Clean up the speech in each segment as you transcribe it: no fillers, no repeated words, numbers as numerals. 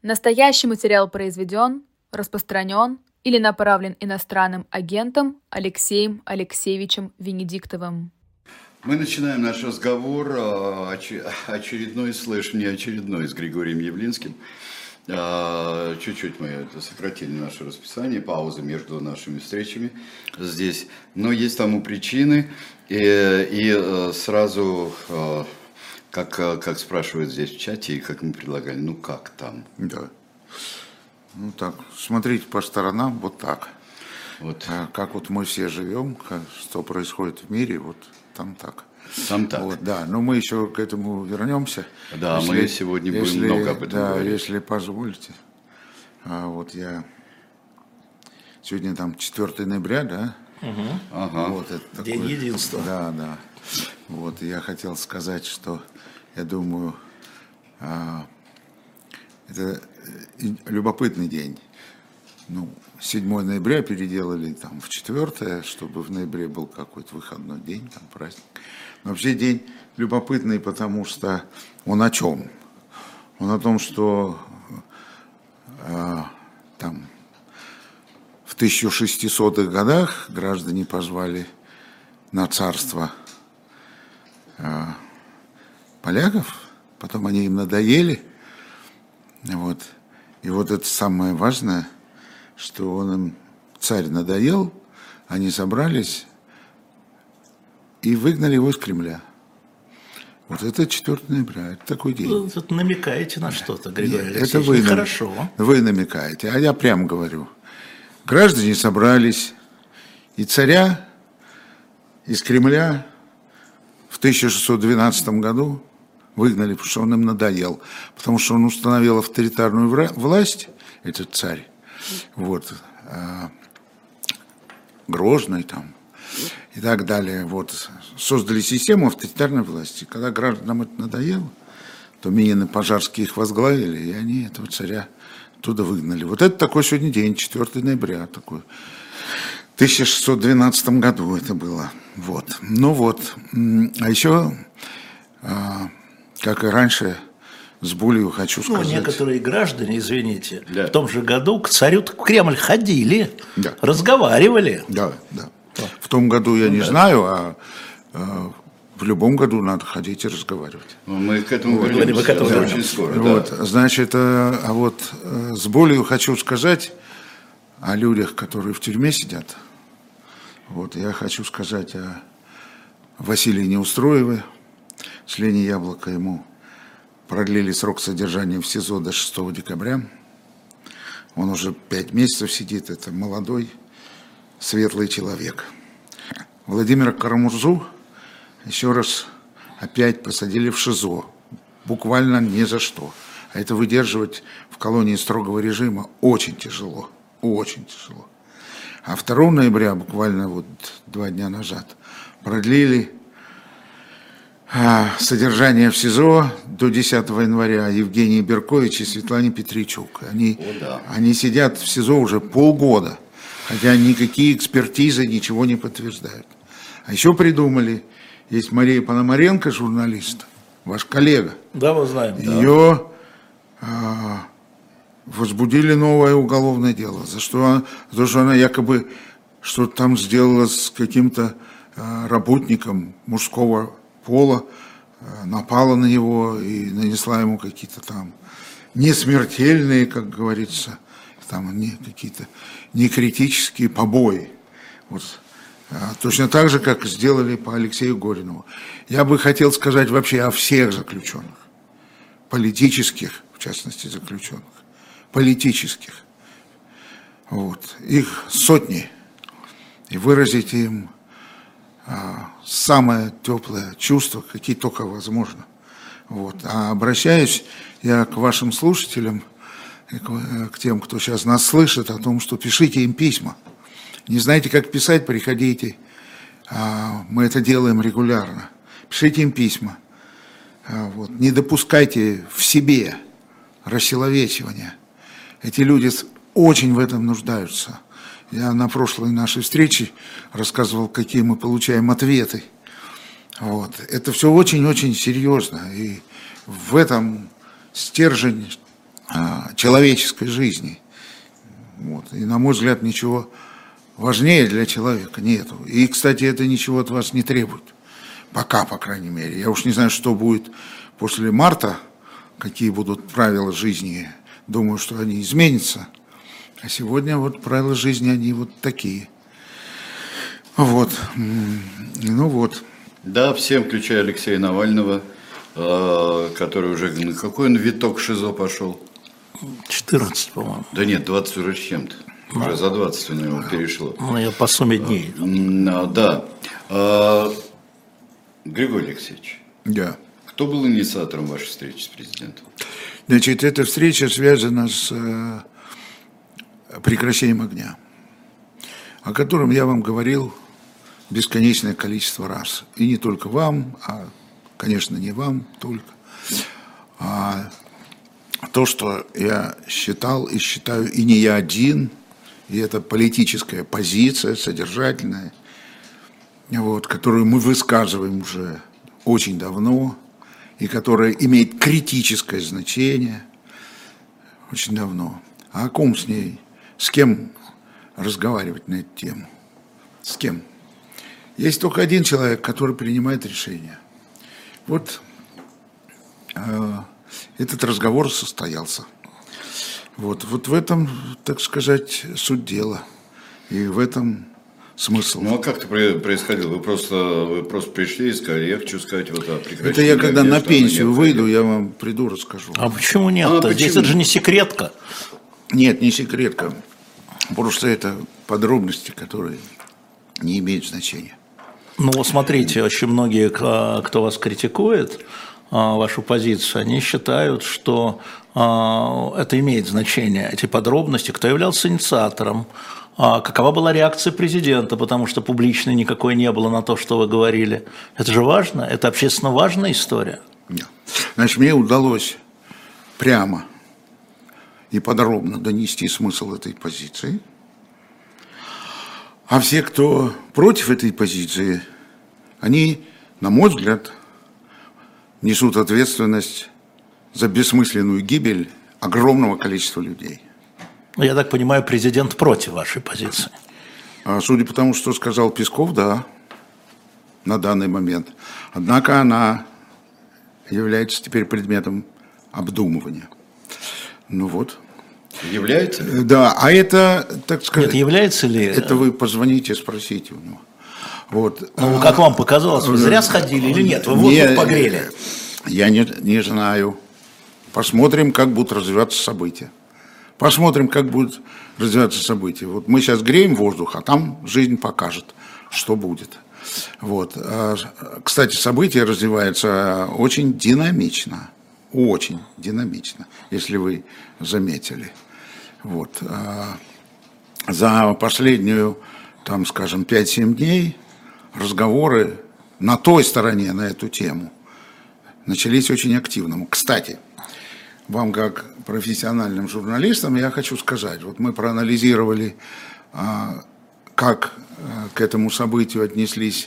Настоящий материал произведен, распространен или направлен иностранным агентом Алексеем Алексеевичем Венедиктовым. Мы начинаем наш разговор, очередной не очередной, с Григорием Явлинским. Чуть-чуть мы сократили наше расписание, паузы между нашими встречами здесь. Но есть тому причины, и сразу, как спрашивают здесь в чате, и как мы предлагали, ну как там? Да. Ну так, смотрите по сторонам, вот так. Вот. Как вот мы все живем, что происходит в мире, вот там так. Там так. Вот, да, но мы еще к этому вернемся. Да, мы сегодня будем много об этом говорить. Если позволите. Вот я... Сегодня там 4 ноября, да? Угу. Ага. Вот, это День такой, единства. Да. Вот, я хотел сказать, что, я думаю, это любопытный день. 7 ноября переделали там в 4, чтобы в ноябре был какой-то выходной день, там праздник. Но вообще день любопытный, потому что он о чем? Он о том, что там в 1600-х годах граждане позвали на царство поляков, потом они им надоели. Вот. И вот это самое важное, что он им, царь, надоел, они собрались и выгнали его из Кремля. Вот это 4 ноября, это такой день. Вы тут намекаете на что-то, Григорий Алексеевич, это вы, хорошо. Вы намекаете, а я прямо говорю. Граждане собрались, и царя из Кремля в 1612 году выгнали, потому что он им надоел. Потому что он установил авторитарную власть, этот царь, вот, Грозный там и так далее. Вот, создали систему авторитарной власти. Когда гражданам это надоело, то Минин и Пожарский их возглавили, и они этого царя оттуда выгнали. Вот это такой сегодня день, 4 ноября, такой. В 1612 году это было. Вот. Ну вот. А еще, как и раньше, с болью хочу сказать. Некоторые граждане, извините, в том же году к царю в Кремль ходили, да, разговаривали. Да. В том году я не знаю, а в любом году надо ходить и разговаривать. Мы к этому вернемся очень скоро. Вот, да. Значит, а вот с болью хочу сказать о людях, которые в тюрьме сидят. Вот, я хочу сказать о Василии Неустроеве, члене «Яблока». Ему продлили срок содержания в СИЗО до 6 декабря. Он уже 5 месяцев сидит, это молодой, светлый человек. Владимира Карамурзу еще раз опять посадили в ШИЗО, буквально ни за что. А это выдерживать в колонии строгого режима очень тяжело, очень тяжело. А 2 ноября, буквально вот 2 дня назад, продлили содержание в СИЗО до 10 января Евгений Беркович и Светлане Петричук. Они сидят в СИЗО уже полгода, хотя никакие экспертизы ничего не подтверждают. А еще придумали, есть Мария Пономаренко, журналист, ваш коллега. Да, мы знаем. Ее возбудили новое уголовное дело, за что она якобы что-то там сделала с каким-то работником мужского пола, напала на него и нанесла ему какие-то там несмертельные, как говорится, там какие-то некритические побои. Вот. Точно так же, как сделали по Алексею Горинову. Я бы хотел сказать вообще о всех заключенных, политических, в частности, заключенных, политических. Вот. Их сотни. И выразить им самое теплое чувство, какие только возможно. Вот. А обращаюсь я к вашим слушателям, к тем, кто сейчас нас слышит, о том, что пишите им письма. Не знаете, как писать, приходите. Мы это делаем регулярно. Пишите им письма. Вот. Не допускайте в себе рассиловечивания. Эти люди очень в этом нуждаются. Я на прошлой нашей встрече рассказывал, какие мы получаем ответы. Вот. Это все очень-очень серьезно. И в этом стержень человеческой жизни. Вот. И, на мой взгляд, ничего важнее для человека нету. И, кстати, это ничего от вас не требует. Пока, по крайней мере. Я уж не знаю, что будет после марта, какие будут правила жизни. Думаю, что они изменятся. А сегодня вот правила жизни, они вот такие. Вот. Ну вот. Да, всем, включая Алексея Навального, который уже, на какой он виток ШИЗО пошел? 14, по-моему. Да нет, 20 уже с чем-то. Уже за 20 у него перешло. Ну, я по сумме дней. Да. Григорий Алексеевич, Да. кто был инициатором вашей встречи с президентом? Значит, эта встреча связана с прекращением огня, о котором я вам говорил бесконечное количество раз. И не только вам, а, конечно, не вам только. А то, что я считал и считаю, и не я один, и это политическая позиция, содержательная, вот, которую мы высказываем уже очень давно, и которая имеет критическое значение очень давно. А о ком с ней, с кем разговаривать на эту тему? С кем? Есть только один человек, который принимает решение. Вот этот разговор состоялся. Вот в этом, так сказать, суть дела. И в этом смысл. Ну а как это происходило? Вы просто пришли и сказали, я хочу сказать вот о прекращении. Это я когда на пенсию выйду, я вам приду, расскажу. А почему нет-то? Здесь это же не секретка. Нет, не секретка. Просто это подробности, которые не имеют значения. Ну, смотрите, очень многие, кто вас критикует, вашу позицию, они считают, что это имеет значение, эти подробности, кто являлся инициатором, какова была реакция президента, потому что публичной никакой не было на то, что вы говорили. Это же важно, это общественно важная история. Нет. Значит, мне удалось прямо и подробно донести смысл этой позиции. А все, кто против этой позиции, они, на мой взгляд, несут ответственность за бессмысленную гибель огромного количества людей. Ну, я так понимаю, президент против вашей позиции. Судя по тому, что сказал Песков, да, на данный момент. Однако она является теперь предметом обдумывания. Ну вот. Является? Да, а это, так сказать... Нет, является ли... Это вы позвоните, спросите у него. Вот. Ну, как вам показалось, вы зря сходили или нет? Вы воздух погрели? Я не знаю. Посмотрим, как будут развиваться события. Посмотрим, как будут развиваться события. Вот мы сейчас греем воздух, а там жизнь покажет, что будет. Вот. Кстати, события развиваются очень динамично. Очень динамично, если вы заметили. Вот. За последнюю, там, скажем, 5-7 дней разговоры на той стороне на эту тему начались очень активно. Кстати, вам как профессиональным журналистам я хочу сказать, вот мы проанализировали, как к этому событию отнеслись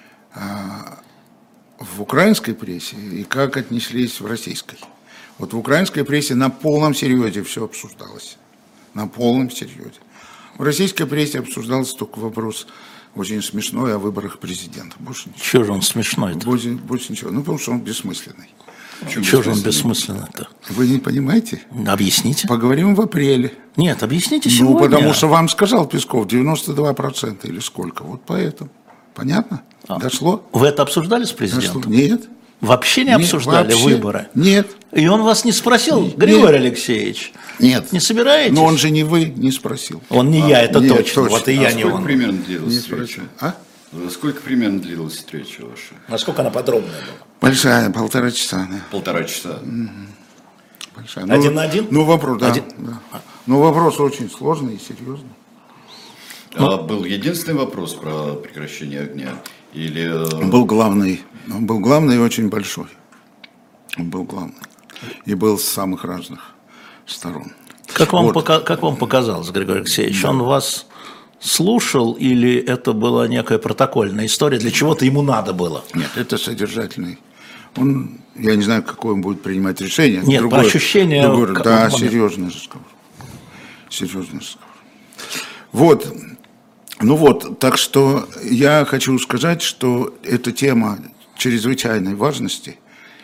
в украинской прессе и как отнеслись в российской. Вот в украинской прессе на полном серьезе все обсуждалось. На полном серьезе. В российской прессе обсуждался только вопрос очень смешной о выборах президента. Больше ничего. Чего же он смешной-то? Больше ничего. Ну, потому что он бессмысленный. Чего же он бессмысленный-то? Вы не понимаете? Объясните. Поговорим в апреле. Нет, объясните сегодня. Ну, потому что вам сказал Песков 92% или сколько. Вот поэтому. Понятно? Дошло? Вы это обсуждали с президентом? Дошло? Нет. Вообще не обсуждали вообще. Выборы? Нет. И он вас не спросил, Григорий Алексеевич? Нет. Не собираетесь? Но он же не вы, не спросил. Он не я, это нет, точно. Вот и я не сколько он. примерно длилась Не встреча? спросил. Сколько примерно длилась встреча ваша? Насколько она подробная была? Большая, 1,5 часа. Да. 1,5 часа. Большая. Один на один? Ну, вопрос, да. Один. Да. Но вопрос очень сложный и серьезный. Был единственный вопрос про прекращение огня? Или... Он был главный и очень большой. Он был главный. И был с самых разных сторон. Как вам показалось, Григорий Алексеевич, он вас слушал или это была некая протокольная история, для чего-то ему надо было? Нет, это содержательный я не знаю, какое он будет принимать решение. Нет, по ощущениям... Да, серьезный разговор. Серьезный разговор. Вот. Ну вот, так что я хочу сказать, что эта тема чрезвычайной важности.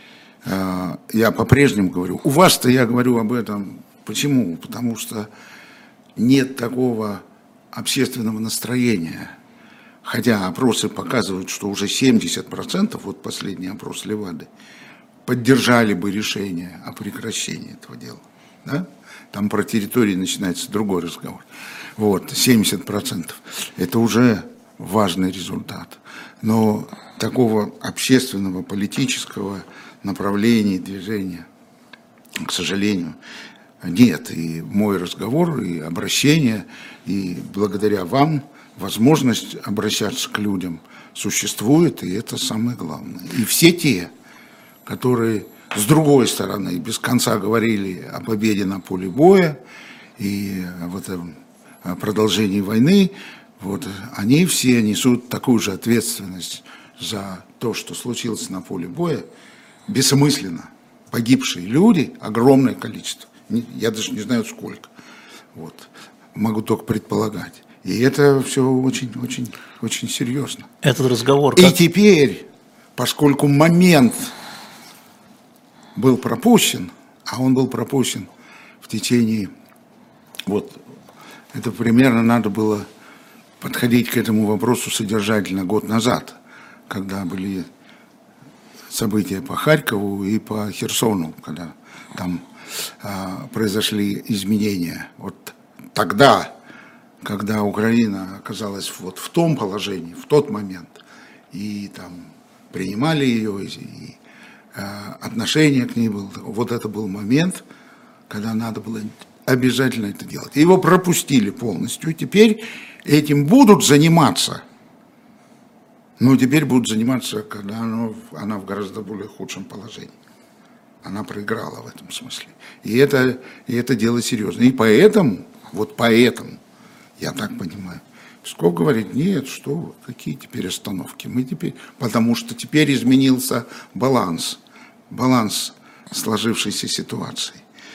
Я по-прежнему говорю. У вас-то я говорю об этом. Почему? Потому что нет такого общественного настроения. Хотя опросы показывают, что уже 70%, вот последний опрос Левады, поддержали бы решение о прекращении этого дела. Да? Там про территории начинается другой разговор. Вот, 70%. Это уже важный результат. Но такого общественного, политического направления, движения, к сожалению, нет. И мой разговор, и обращение, и благодаря вам возможность обращаться к людям существует, и это самое главное. И все те, которые с другой стороны без конца говорили о победе на поле боя и об этом о продолжении войны, вот, они все несут такую же ответственность за то, что случилось на поле боя, бессмысленно. Погибшие люди, огромное количество, я даже не знаю сколько, вот, могу только предполагать. И это все очень серьезно. Этот разговор... И теперь, поскольку момент был пропущен, а он был пропущен в течение, вот, это примерно надо было подходить к этому вопросу содержательно год назад, когда были события по Харькову и по Херсону, когда там произошли изменения. Вот тогда, когда Украина оказалась вот в том положении, в тот момент, и там принимали ее, и отношение к ней было, вот это был момент, когда надо было обязательно это делать. Его пропустили полностью, теперь этим будут заниматься, но теперь будут заниматься, когда она в гораздо более худшем положении. Она проиграла в этом смысле. И это дело серьезное. И поэтому, вот поэтому, я так понимаю, Псков говорит, нет, что вы, какие теперь остановки? Мы теперь, потому что теперь изменился баланс сложившейся ситуации.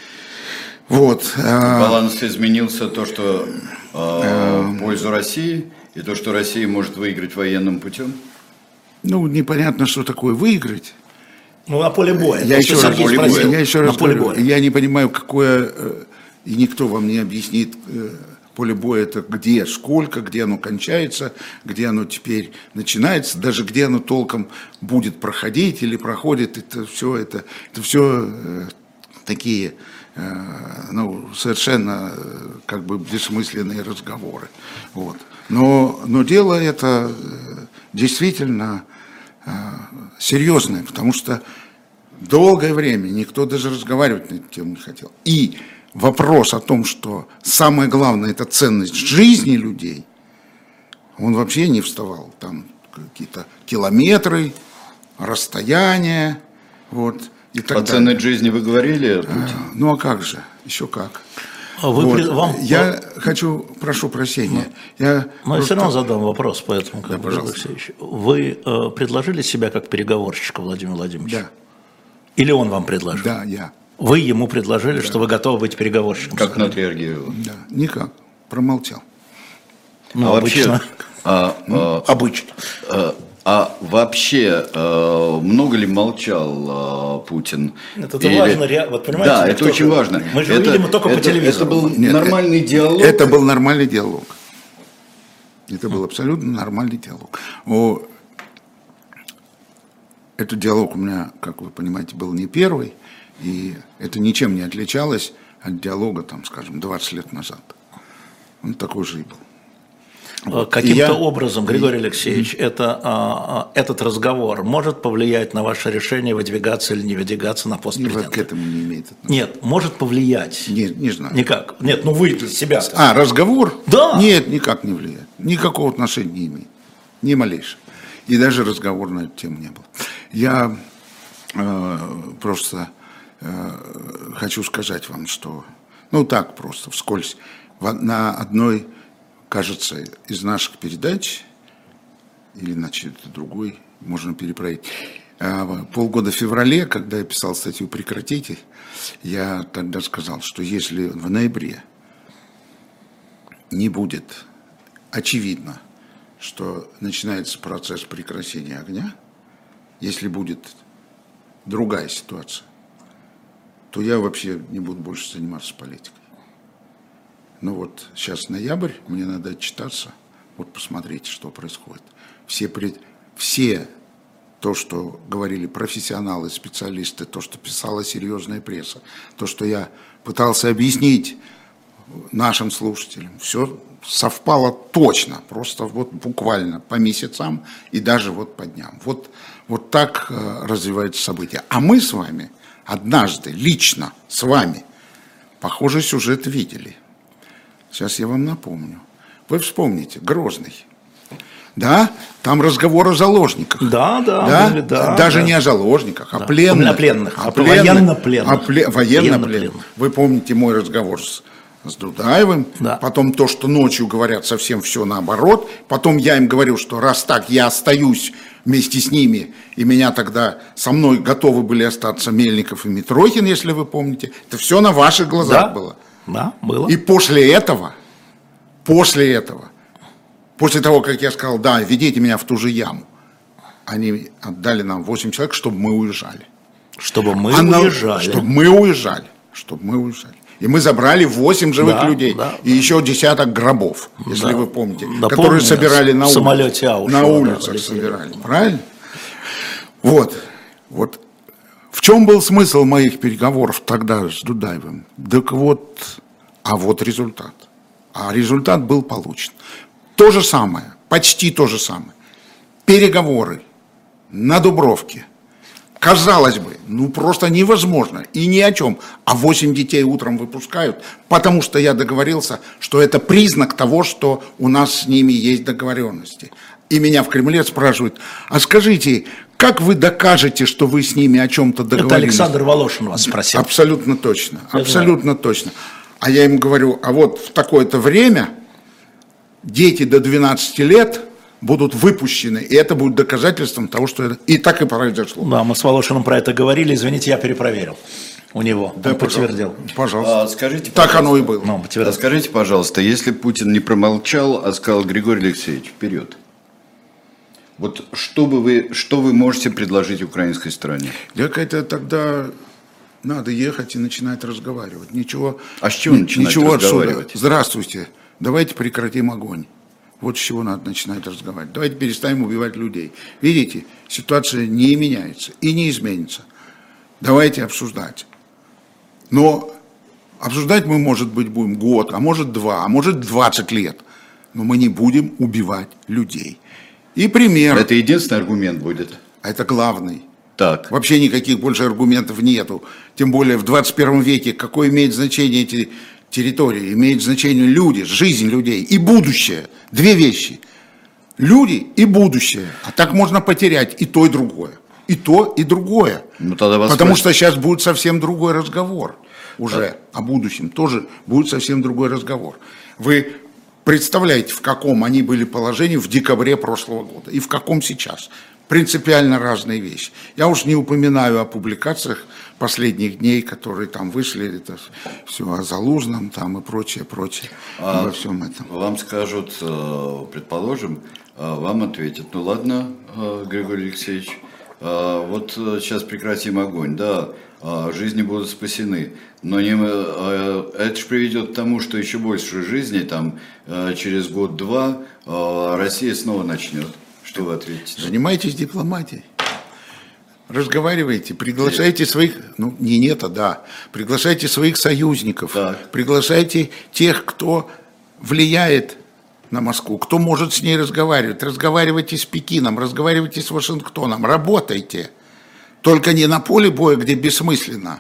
Вот. Баланс изменился, то, что в пользу России, и то, что Россия может выиграть военным путем? Ну, непонятно, что такое выиграть. Ну, на поле боя. Я еще раз говорю, я не понимаю, какое, и никто вам не объяснит, поле боя это где, сколько, где оно кончается, где оно теперь начинается, даже где оно толком будет проходить или проходит, это все такие, ну, совершенно как бы бессмысленные разговоры. Вот. Но дело это действительно серьезное, потому что долгое время никто даже разговаривать на эту тему не хотел. И вопрос о том, что самое главное это ценность жизни людей, он вообще не вставал. Там какие-то километры, расстояния, вот. И так далее. Ценность жизни вы говорили, Путин? Ну а как же, еще как. Я прошу прощения. Я все равно задам вопрос по этому, Алексеевич. Вы предложили себя как переговорщика Владимиру Владимировичу? Да. Или он вам предложил? Да, я. Вы ему предложили, что вы готовы быть переговорщиком? Как он отреагировал? Да, никак. Промолчал. Ну, обычно. Обычно. А вообще, много ли молчал Путин? Это важно, вот понимаете? Да, это очень важно. Мы же видим только по телевизору. Это был нормальный диалог? Это был нормальный диалог. Это был абсолютно нормальный диалог. Этот диалог у меня, как вы понимаете, был не первый, и это ничем не отличалось от диалога, там, скажем, 20 лет назад. Он такой же и был. Вот. Каким-то образом, Григорий Алексеевич, этот разговор может повлиять на ваше решение выдвигаться или не выдвигаться на пост президента? К этому не имеет отношения. Нет, может повлиять. Не знаю. Никак. Нет, ну вы для себя. Разговор? Да. Нет, никак не влияет. Никакого отношения не имеет. Ни малейшего. И даже разговор на эту тему не был. Я просто хочу сказать вам, что, ну так просто, вскользь, на одной, кажется, из наших передач, или на чьей-то другой, можно перепроверить, полгода в феврале, когда я писал статью «Прекратите», я тогда сказал, что если в ноябре не будет очевидно, что начинается процесс прекращения огня, если будет другая ситуация, то я вообще не буду больше заниматься политикой. Ну вот сейчас ноябрь, мне надо отчитаться, вот посмотрите, что происходит. Все то, что говорили профессионалы, специалисты, то, что писала серьезная пресса, то, что я пытался объяснить нашим слушателям, все совпало точно, просто вот буквально по месяцам и даже вот по дням. Вот так развиваются события. А мы с вами однажды, лично с вами, похожий сюжет видели. Сейчас я вам напомню. Вы вспомните, Грозный. Да, там разговор о заложниках. Да. Даже не о заложниках, о пленных. О пленных. Военно-пленных. Военно-пленных. Вы помните мой разговор с Дудаевым, потом то, что ночью говорят совсем все наоборот, потом я им говорю, что раз так, я остаюсь вместе с ними, и меня тогда со мной готовы были остаться Мельников и Митрохин, если вы помните, это все на ваших глазах было. Да, было. И после того, как я сказал, да, ведите меня в ту же яму, они отдали нам 8 человек, чтобы мы уезжали. Чтобы мы уезжали. И мы забрали 8 живых людей. И еще десяток гробов, если вы помните, которые собирали на улицах. Собирали. Правильно? Вот. В чем был смысл моих переговоров тогда с Дудаевым? Так вот, результат. А результат был получен. То же самое, почти то же самое. Переговоры на Дубровке. Казалось бы, просто невозможно и ни о чем. А 8 детей утром выпускают, потому что я договорился, что это признак того, что у нас с ними есть договоренности. И меня в Кремле спрашивают, а скажите, как вы докажете, что вы с ними о чем-то договорились? Это Александр Волошин вас спросил. Абсолютно точно, абсолютно точно. А я им говорю, а вот в такое-то время дети до 12 лет будут выпущены, и это будет доказательством того, что это и так и произошло. Да, мы с Волошиным про это говорили, извините, я перепроверил у него, да, он подтвердил. Пожалуйста. Скажите, так оно и было. Скажите, пожалуйста, если Путин не промолчал, а сказал: Григорий Алексеевич, вперед. Вот что вы можете предложить украинской стороне? Это тогда надо ехать и начинать разговаривать. Ничего. А с чего начинать разговаривать? Отсюда. Здравствуйте, давайте прекратим огонь. Вот с чего надо начинать разговаривать. Давайте перестанем убивать людей. Видите, ситуация не меняется и не изменится. Давайте обсуждать. Но обсуждать мы, может быть, будем год, а может 2, а может 20 лет. Но мы не будем убивать людей. И пример. Это единственный аргумент будет? Это главный. Так. Вообще никаких больше аргументов нету. Тем более в 21 веке какое имеет значение эти территории? Имеет значение люди, жизнь людей и будущее. 2 вещи. Люди и будущее. А так можно потерять и то, и другое. И то, и другое. Потому что сейчас будет совсем другой разговор. Уже о будущем тоже будет совсем другой разговор. Вы представляете, в каком они были положении в декабре прошлого года и в каком сейчас. Принципиально разные вещи. Я уж не упоминаю о публикациях последних дней, которые там вышли, это все о Залужном там и прочее. Во всем этом. Вам скажут, предположим, вам ответят: ну ладно, Григорий Алексеевич, вот сейчас прекратим огонь, да, жизни будут спасены, но это же приведет к тому, что еще больше жизней, там, через год-два Россия снова начнет. Что вы ответите? Занимайтесь дипломатией. Разговаривайте, приглашайте своих, приглашайте своих союзников, приглашайте тех, кто влияет на Москву, кто может с ней разговаривать. Разговаривайте с Пекином, разговаривайте с Вашингтоном, работайте. Только не на поле боя, где бессмысленно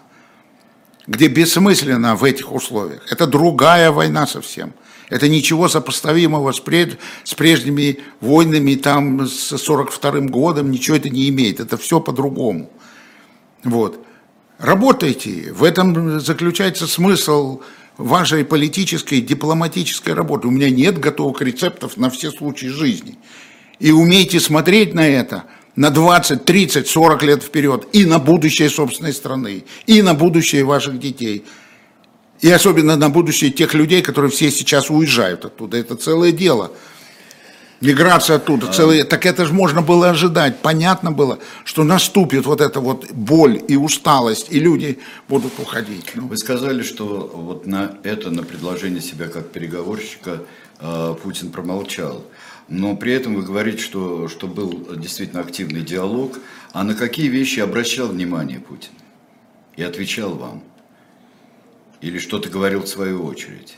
в этих условиях. Это другая война совсем. Это ничего сопоставимого с прежними войнами там с 1942 годом, ничего это не имеет. Это все по-другому. Вот. Работайте. В этом заключается смысл вашей политической, дипломатической работы. У меня нет готовых рецептов на все случаи жизни. И умейте смотреть на это на 20, 30, 40 лет вперед, и на будущее собственной страны, и на будущее ваших детей, и особенно на будущее тех людей, которые все сейчас уезжают оттуда. Это целое дело. Миграция оттуда, так это же можно было ожидать. Понятно было, что наступит вот эта вот боль и усталость, и люди будут уходить. Вы сказали, что вот на предложение себя как переговорщика Путин промолчал. Но при этом вы говорите, что был действительно активный диалог. А на какие вещи обращал внимание Путин? И отвечал вам? Или что-то говорил в свою очередь?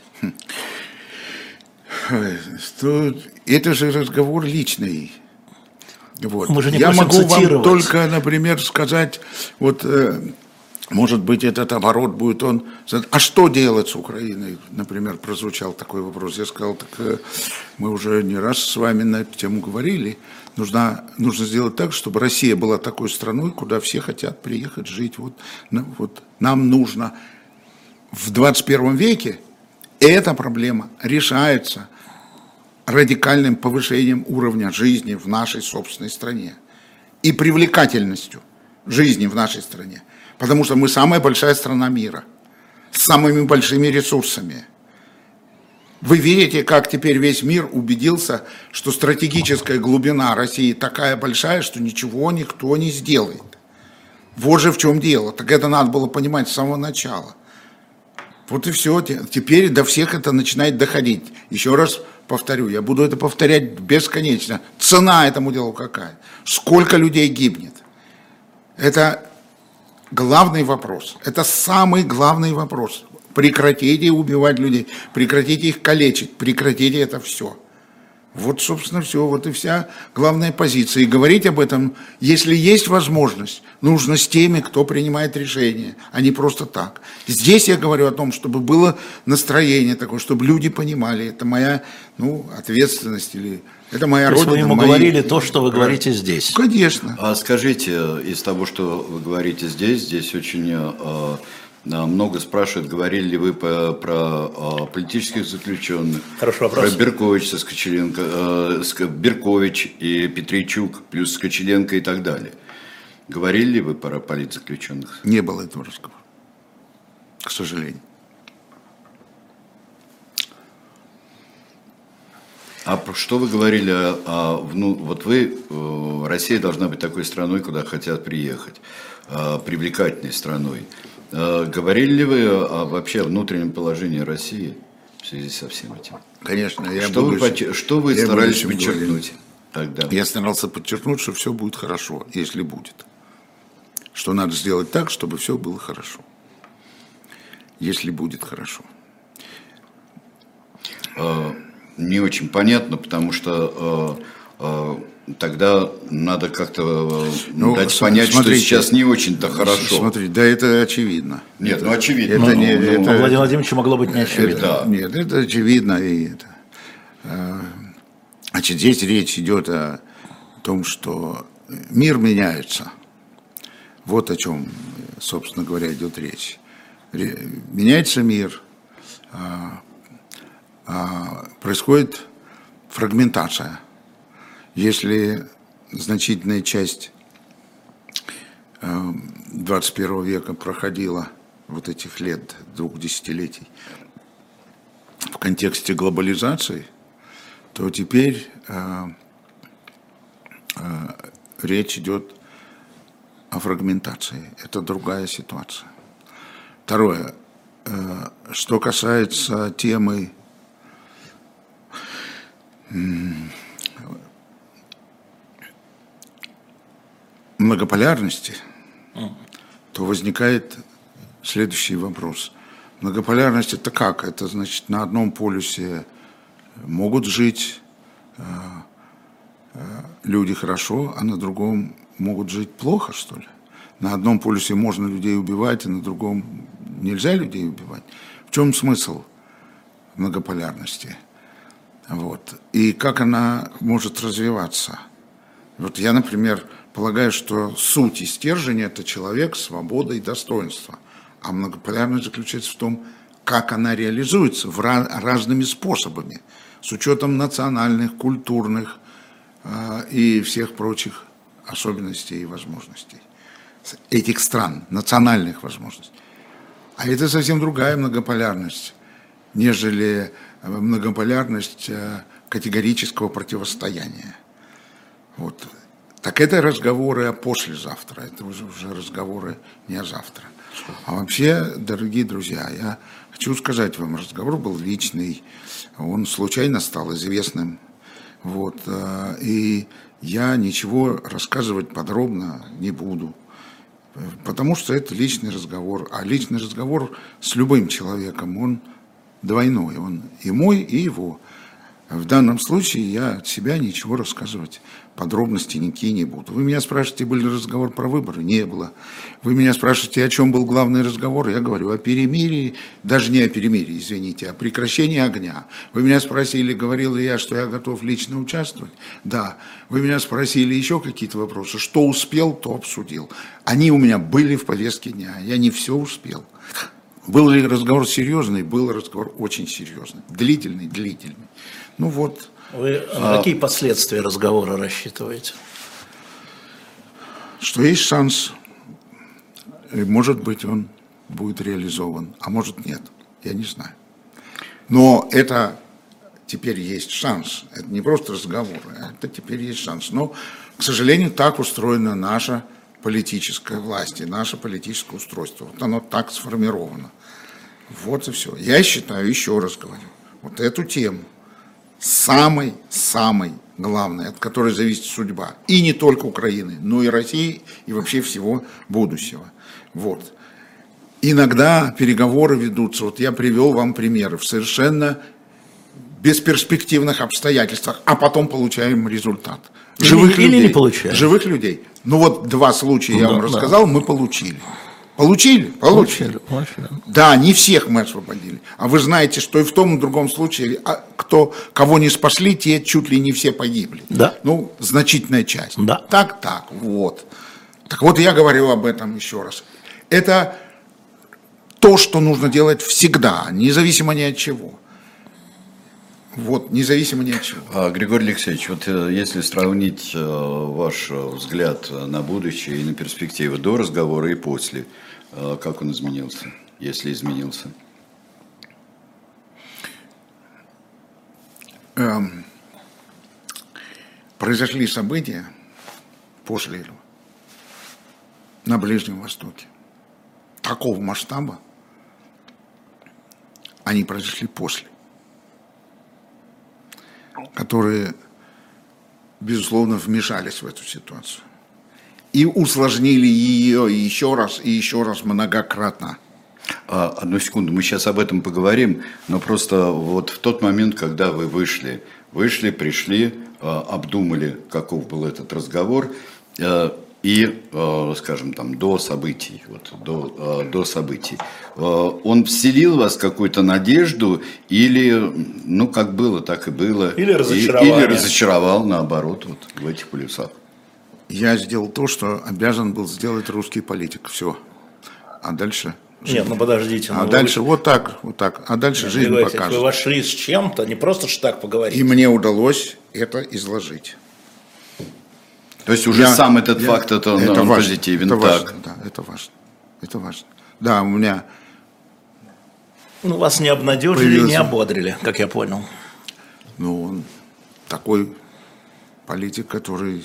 Это же разговор личный. Вот. Мы же не Я могу цитировать. вам только, например, сказать, вот, может быть, этот оборот будет он... А что делать с Украиной? Например, прозвучал такой вопрос. Я сказал, так мы уже не раз с вами на эту тему говорили. Нужно сделать так, чтобы Россия была такой страной, куда все хотят приехать жить. Вот нам нужно в 21 веке, эта проблема решается радикальным повышением уровня жизни в нашей собственной стране и привлекательностью жизни в нашей стране. Потому что мы самая большая страна мира, с самыми большими ресурсами. Вы видите, как теперь весь мир убедился, что стратегическая глубина России такая большая, что ничего никто не сделает. Вот же в чем дело. Так это надо было понимать с самого начала. Вот и все. Теперь до всех это начинает доходить. Еще раз повторю, я буду это повторять бесконечно. Цена этому делу какая? Сколько людей гибнет? Это главный вопрос. Это самый главный вопрос. Прекратите убивать людей, прекратите их калечить, прекратите это все. Вот, собственно, все, вот и вся главная позиция. И говорить об этом, если есть возможность, нужно с теми, кто принимает решения, а не просто так. Здесь я говорю о том, чтобы было настроение такое, чтобы люди понимали, это моя ответственность, или это моя родина. Вы ему говорили то, что вы говорите здесь. Конечно. А скажите, из того, что вы говорите здесь очень... много спрашивают, говорили ли вы про политических заключенных. Хороший вопрос. Про Берковича, Беркович и Петричук, плюс Скочеленко и так далее. Говорили ли вы про политзаключенных? Не было этого разговора, к сожалению. А что вы говорили вот вы, Россия должна быть такой страной, куда хотят приехать, привлекательной страной. Говорили ли вы вообще о внутреннем положении России в связи со всем этим? Конечно. Что вы старались подчеркнуть тогда? Я старался подчеркнуть, что все будет хорошо, если будет. Что надо сделать так, чтобы все было хорошо. Если будет хорошо. Не очень понятно, потому что тогда надо как-то дать понять, что сейчас не очень-то хорошо. Смотрите, да это очевидно. Нет, очевидно. Это Владимир Владимирович могло быть не очевидно. Нет, это очевидно. Значит, здесь речь идет о том, что мир меняется. Вот о чем, собственно говоря, идет речь. Меняется мир, происходит фрагментация. Если значительная часть 21 века проходила вот этих лет, 2 десятилетий, в контексте глобализации, то теперь речь идет о фрагментации. Это другая ситуация. Второе. Что касается темы многополярности, то возникает следующий вопрос. Многополярность это как? Это значит, на одном полюсе могут жить люди хорошо, а на другом могут жить плохо, что ли? На одном полюсе можно людей убивать, а на другом нельзя людей убивать. В чем смысл многополярности? Вот. И как она может развиваться? Вот я, например, полагаю, что суть и стержень – это человек, свобода и достоинство. А многополярность заключается в том, как она реализуется разными способами, с учетом национальных, культурных и всех прочих особенностей и возможностей этих стран, национальных возможностей. А это совсем другая многополярность, нежели многополярность категорического противостояния. Вот. Так это разговоры о послезавтра, это уже разговоры не о завтра. А вообще, дорогие друзья, я хочу сказать вам, разговор был личный, он случайно стал известным. Вот, и я ничего рассказывать подробно не буду, потому что это личный разговор. А личный разговор с любым человеком, он двойной, он и мой, и его. В данном случае я от себя ничего рассказывать, подробности никакие не буду. Вы меня спрашиваете, был ли разговор про выборы? Не было. Вы меня спрашиваете, о чем был главный разговор? Я говорю о перемирии, даже не о перемирии, извините, о прекращении огня. Вы меня спросили, говорил ли я, что я готов лично участвовать? Да. Вы меня спросили еще какие-то вопросы. Что успел, то обсудил. Они у меня были в повестке дня, я не все успел. Был ли разговор серьезный? Был разговор очень серьезный, длительный. Ну вот. Вы на какие последствия разговора рассчитываете? Что есть шанс, и может быть он будет реализован, а может нет, я не знаю. Но это теперь есть шанс, это не просто разговоры, это теперь есть шанс. Но, к сожалению, так устроена наша политическая власть и наше политическое устройство. Вот оно так сформировано. Вот и все. Я считаю, еще раз говорю, вот эту тему самой главной, от которой зависит судьба. И не только Украины, но и России, и вообще всего будущего. Вот. Иногда переговоры ведутся, вот я привел вам примеры, в совершенно бесперспективных обстоятельствах, а потом получаем результат. Живых людей. Или не получаем. Живых людей. Ну вот два случая я вам рассказал, мы получили. Получили. Да, не всех мы освободили. А вы знаете, что и в том и в другом случае, кого не спасли, те чуть ли не все погибли. Да. Ну, значительная часть. Да. Так, вот. Так вот, я говорю об этом еще раз. Это то, что нужно делать всегда, независимо ни от чего. Вот, независимо ни от чего. Григорий Алексеевич, вот если сравнить ваш взгляд на будущее и на перспективы до разговора и после, как он изменился, если изменился? Произошли события после этого на Ближнем Востоке. Такого масштаба они произошли после, которые, безусловно, вмешались в эту ситуацию и усложнили ее еще раз многократно. Одну секунду, мы сейчас об этом поговорим, но просто вот в тот момент, когда вы вышли, пришли, обдумали, каков был этот разговор, и, скажем, там, до событий, до событий, он вселил в вас какую-то надежду или, ну, как было, так и было, или разочаровал, наоборот, вот в этих полюсах? Я сделал то, что обязан был сделать русский политик, все. А дальше... Нет, ну подождите. А дальше вот так. А дальше жизнь покажет. Вы вошли с чем-то, не просто ж так поговорить. И мне удалось это изложить. То есть уже сам этот факт, он позитивен. Это важно, да, это важно. Да, у меня... Ну, вас не обнадежили, не ободрили, как я понял. Ну, он такой политик, который...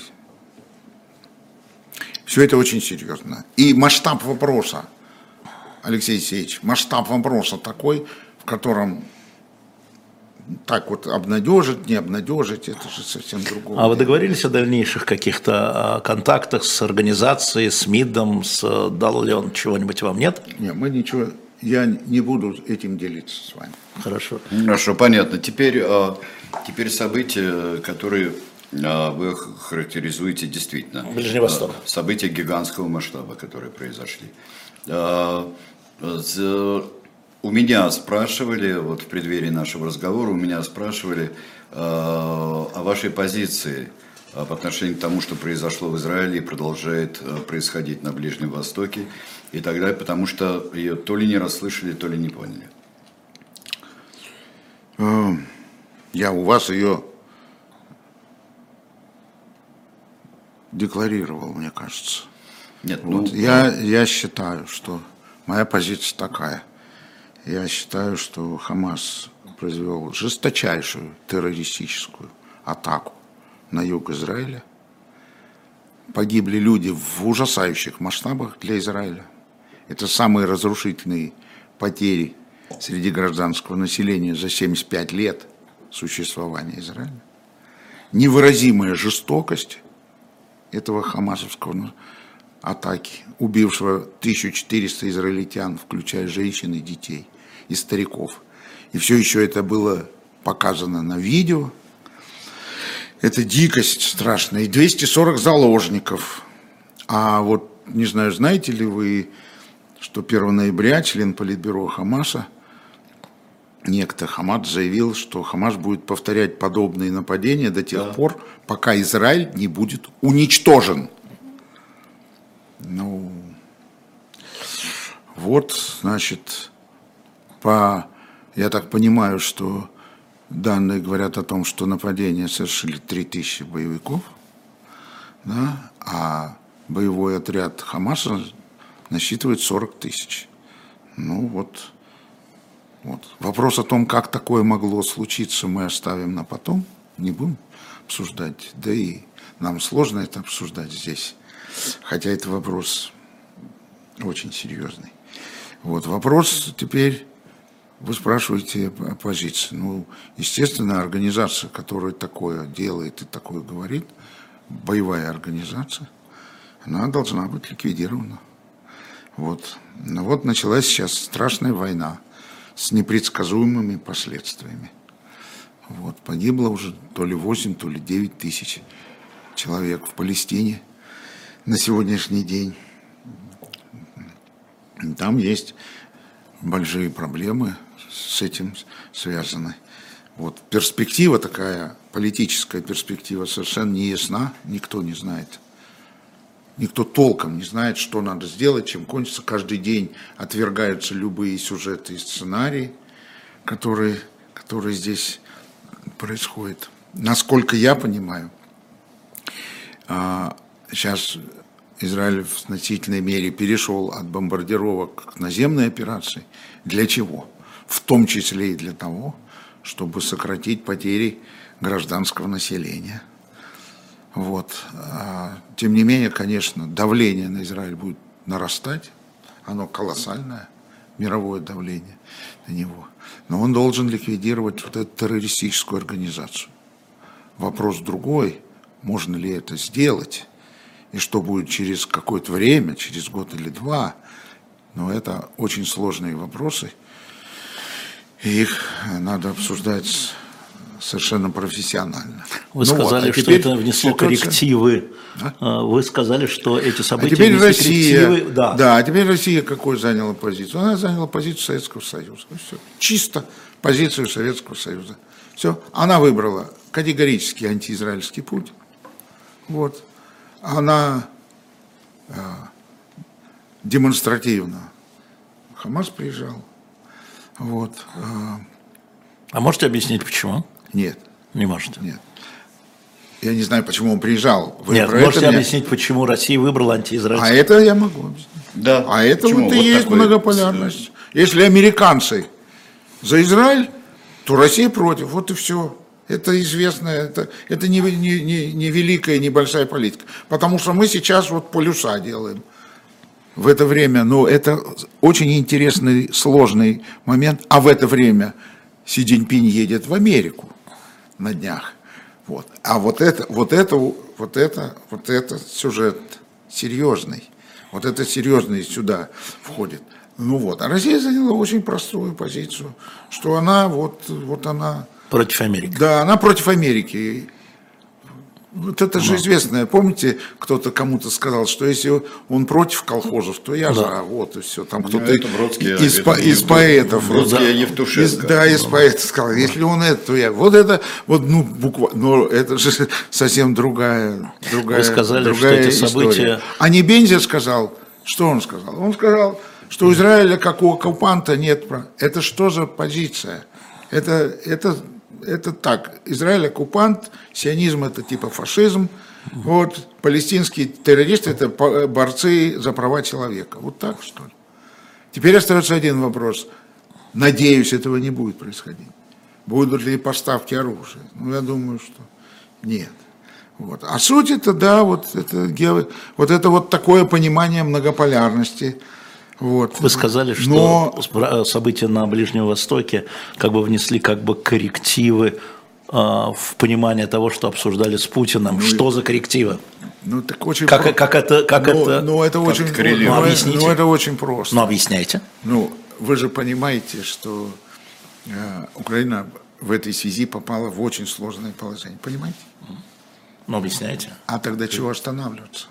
Все это очень серьезно. И масштаб вопроса, Алексей Алексеевич, масштаб вопроса такой, в котором так вот обнадежить, не обнадежить, это же совсем другое. А вы договорились о дальнейших каких-то контактах с организацией, с МИДом, дал ли он чего-нибудь вам, нет? Нет, мы ничего, я не буду этим делиться с вами. Хорошо. Хорошо, понятно. Теперь события, которые вы характеризуете действительно. Ближний Восток. События гигантского масштаба, которые произошли. У меня спрашивали, вот в преддверии нашего разговора, о вашей позиции по отношению к тому, что произошло в Израиле и продолжает происходить на Ближнем Востоке и так далее, потому что ее то ли не расслышали, то ли не поняли. Я у вас ее декларировал, мне кажется. Нет, Вот. Я считаю, что моя позиция такая. Я считаю, что Хамас произвел жесточайшую террористическую атаку на юг Израиля. Погибли люди в ужасающих масштабах для Израиля. Это самые разрушительные потери среди гражданского населения за 75 лет существования Израиля. Невыразимая жестокость этого хамасовского атаки, убившего 1400 израильтян, включая женщин и детей, и стариков. И все еще это было показано на видео. Это дикость страшная. И 240 заложников. А вот, не знаю, знаете ли вы, что 1 ноября член Политбюро Хамаса, некто Хамад, заявил, что Хамас будет повторять подобные нападения до тех пор, пока Израиль не будет уничтожен. Ну, вот, значит, я так понимаю, что данные говорят о том, что нападение совершили 3000 боевиков, да, а боевой отряд Хамаса насчитывает 40 тысяч. Ну вот. Вопрос о том, как такое могло случиться, мы оставим на потом, не будем обсуждать. Да и нам сложно это обсуждать здесь, хотя это вопрос очень серьезный. Вот вопрос теперь, вы спрашиваете о позиции. Ну, естественно, организация, которая такое делает и такое говорит, боевая организация, она должна быть ликвидирована. Вот. Но вот началась сейчас страшная война с непредсказуемыми последствиями. Вот. Погибло уже то ли 8, то ли 9 тысяч человек в Палестине на сегодняшний день. Там есть большие проблемы с этим связаны. Вот. Перспектива такая, политическая перспектива совершенно не ясна, никто не знает. Никто толком не знает, что надо сделать, чем кончится. Каждый день отвергаются любые сюжеты и сценарии, которые здесь происходят. Насколько я понимаю, сейчас Израиль в значительной мере перешел от бомбардировок к наземной операции. Для чего? В том числе и для того, чтобы сократить потери гражданского населения. Вот. Тем не менее, конечно, давление на Израиль будет нарастать. Оно колоссальное, мировое давление на него. Но он должен ликвидировать вот эту террористическую организацию. Вопрос другой, можно ли это сделать, и что будет через какое-то время, через год или два. Но это очень сложные вопросы, и их надо обсуждать совершенно профессионально. Вы сказали, что это внесло коррективы. Да? Вы сказали, что эти события внесли коррективы. Да, а теперь Россия какую заняла позицию? Она заняла позицию Советского Союза. Все. Чисто позицию Советского Союза. Все. Она выбрала категорически антиизраильский путь. Вот. Она демонстративно. Хамас приезжал. Вот. А можете объяснить, почему? Нет. Не можете? Нет. Я не знаю, почему он приезжал. Нет, можете объяснить, почему Россия выбрала антиизраильский? А это я могу объяснить. Да. А это вот и есть многополярность. Если американцы за Израиль, то Россия против. Вот и все. Это известно, это не великая, не большая политика. Потому что мы сейчас вот полюса делаем в это время. Но это очень интересный, сложный момент. А в это время Си Цзиньпинь едет в Америку на днях. Вот. А вот это сюжет серьезный. Вот это серьезный сюда входит. Ну вот. А Россия заняла очень простую позицию, что она вот она... Против Америки. Да, она против Америки. Вот это же известно. Помните, кто-то кому-то сказал, что если он против колхозов, то я за. Вот и все. Там кто-то из поэтов. Из поэтов сказал, если он это, то я. Вот это, вот, ну, буквально, но это же совсем другая Вы сказали, что эти события... А Небензя сказал, что он сказал? Он сказал, что у Израиля как у оккупанта нет права. Это что за позиция? Это так, Израиль оккупант, сионизм это типа фашизм, Вот палестинские террористы – это борцы за права человека. Вот так, что ли? Теперь остается один вопрос. Надеюсь, этого не будет происходить. Будут ли поставки оружия? Ну, я думаю, что нет. Вот. А суть это, да, вот это вот такое понимание многополярности. Вот. Вы сказали, что события на Ближнем Востоке как бы внесли как бы коррективы в понимание того, что обсуждали с Путиным. Что за коррективы? Ну, так очень как это? Ну, это очень объясните. Ну, это очень просто. Ну, объясняйте. Ну, вы же понимаете, что Украина в этой связи попала в очень сложное положение. Понимаете? Ну, объясняйте. А тогда чего останавливаться?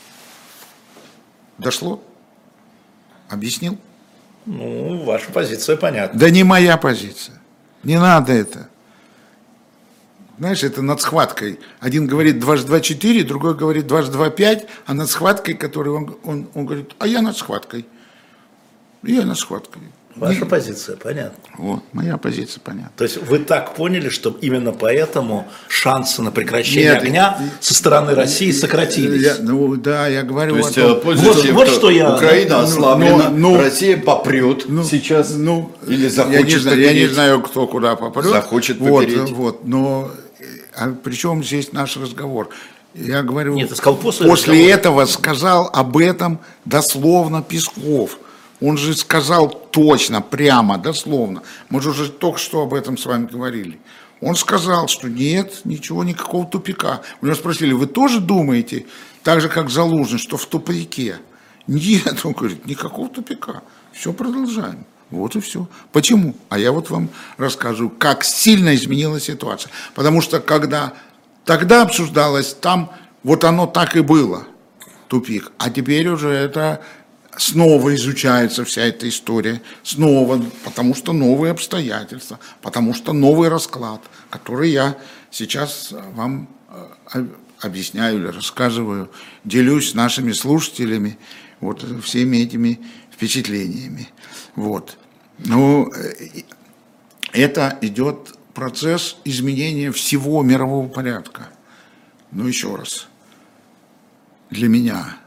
Дошло? Объяснил? Ну, ваша позиция понятна. Да не моя позиция. Не надо это. Знаешь, это над схваткой. Один говорит 2 × 2 = 4, другой говорит 2 × 2 = 5, а над схваткой, которую он говорит, а я над схваткой. Я над схваткой. Ваша позиция понятна. Вот, моя позиция понятна. То есть вы так поняли, что именно поэтому шансы на прекращение огня со стороны России сократились? Ну да, я говорю. То есть пользуясь вот что я... Украина ослаблена, Россия попрет сейчас или захочет я не знаю, кто куда попрет. Захочет попереть. Вот, но при чем здесь наш разговор? Я говорю, Нет, ты сказал после этого сказал об этом дословно Песков. Он же сказал точно, прямо, дословно. Мы же уже только что об этом с вами говорили. Он сказал, что нет, ничего, никакого тупика. У него спросили, вы тоже думаете, так же, как Залужный, что в тупике? Нет, он говорит, никакого тупика. Все, продолжаем. Вот и все. Почему? А я вот вам рассказываю, как сильно изменилась ситуация. Потому что когда тогда обсуждалось, там вот оно так и было, тупик. А теперь уже это... Снова изучается вся эта история, снова, потому что новые обстоятельства, потому что новый расклад, который я сейчас вам объясняю или рассказываю, делюсь с нашими слушателями вот всеми этими впечатлениями. Вот. Ну, это идет процесс изменения всего мирового порядка. Но еще раз, для меня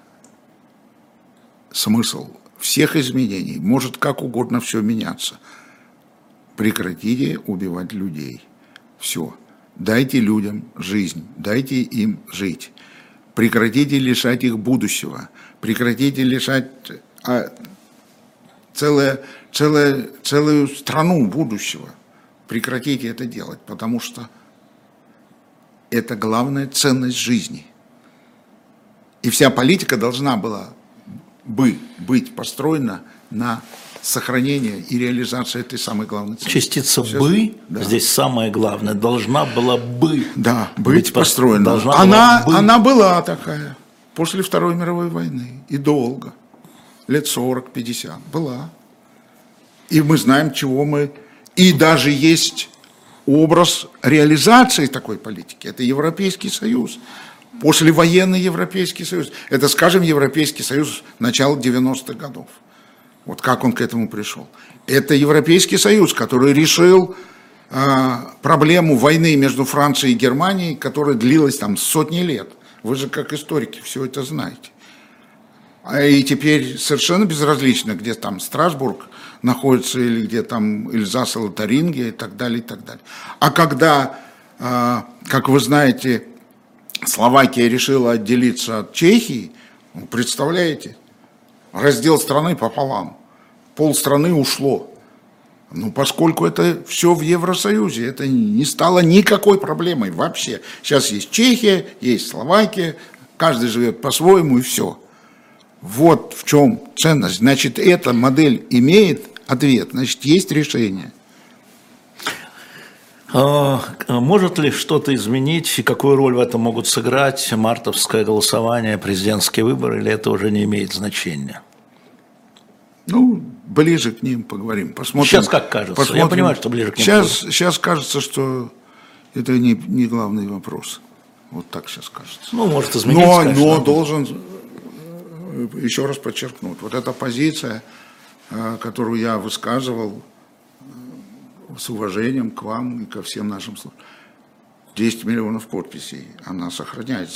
смысл всех изменений, может как угодно все меняться. Прекратите убивать людей. Все. Дайте людям жизнь, дайте им жить. Прекратите лишать их будущего. Прекратите лишать целую страну будущего. Прекратите это делать, потому что это главная ценность жизни. И вся политика должна была быть построена на сохранение и реализацию этой самой главной цели. Частица «бы» да. Здесь самое главное, должна была бы быть построена. Она была такая после Второй мировой войны и долго, лет 40-50 была. И мы знаем, чего мы... И даже есть образ реализации такой политики. Это Европейский Союз. Послевоенный Европейский Союз. Это, скажем, Европейский Союз начала 90-х годов. Вот как он к этому пришел. Это Европейский Союз, который решил проблему войны между Францией и Германией, которая длилась там сотни лет. Вы же как историки все это знаете. И теперь совершенно безразлично, где там Страсбург находится, или где там Эльзас и Лотарингия и так далее, и так далее. А когда, как вы знаете, Словакия решила отделиться от Чехии, представляете, раздел страны пополам, полстраны ушло. Ну, поскольку это все в Евросоюзе, это не стало никакой проблемой вообще. Сейчас есть Чехия, есть Словакия, каждый живет по-своему и все. Вот в чем ценность. Значит, эта модель имеет ответ, значит, есть решение. Может ли что-то изменить и какую роль в этом могут сыграть мартовское голосование, президентские выборы, или это уже не имеет значения? Ну, ближе к ним поговорим. Посмотрим. Сейчас как кажется? Посмотрим. Я понимаю, что ближе к ним. Сейчас кажется, что это не главный вопрос. Вот так сейчас кажется. Ну, может измениться, но должен еще раз подчеркнуть. Вот эта позиция, которую я высказывал, с уважением к вам и ко всем нашим слушателям. 10 миллионов подписей, она сохраняется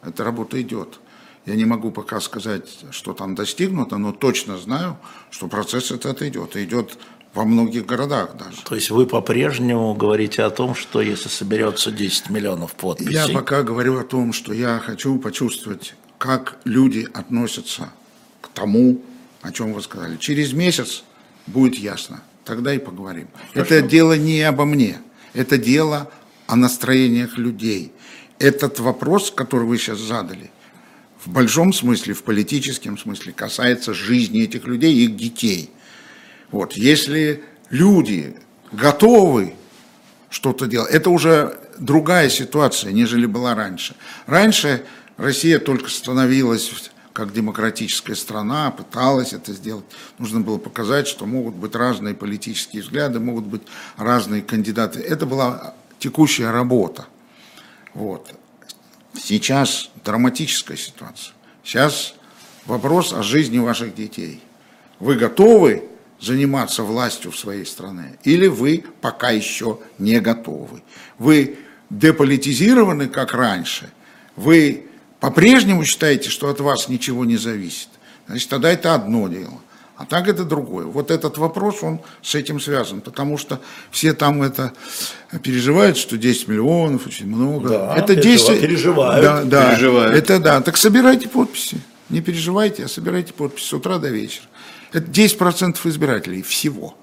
Эта работа идет. Я не могу пока сказать, что там достигнуто, но точно знаю, что процесс этот идет. И идет во многих городах даже. То есть вы по-прежнему говорите о том, что если соберется 10 миллионов подписей... Я пока говорю о том, что я хочу почувствовать, как люди относятся к тому, о чем вы сказали. Через месяц будет ясно. Тогда и поговорим. Хорошо. Это дело не обо мне. Это дело о настроениях людей. Этот вопрос, который вы сейчас задали, в большом смысле, в политическом смысле, касается жизни этих людей и их детей. Вот. Если люди готовы что-то делать, это уже другая ситуация, нежели была раньше. Раньше Россия только становилась как демократическая страна, пыталась это сделать. Нужно было показать, что могут быть разные политические взгляды, могут быть разные кандидаты. Это была текущая работа. Вот. Сейчас драматическая ситуация. Сейчас вопрос о жизни ваших детей. Вы готовы заниматься властью в своей стране? Или вы пока еще не готовы? Вы деполитизированы, как раньше? Вы по-прежнему считаете, что от вас ничего не зависит? Значит, тогда это одно дело. А так это другое. Вот этот вопрос, он с этим связан, потому что все там это переживают, что 10 миллионов, очень много. Да, это 10... переживают. Да, переживают. Это да. Так собирайте подписи. Не переживайте, а собирайте подписи с утра до вечера. Это 10% избирателей всего.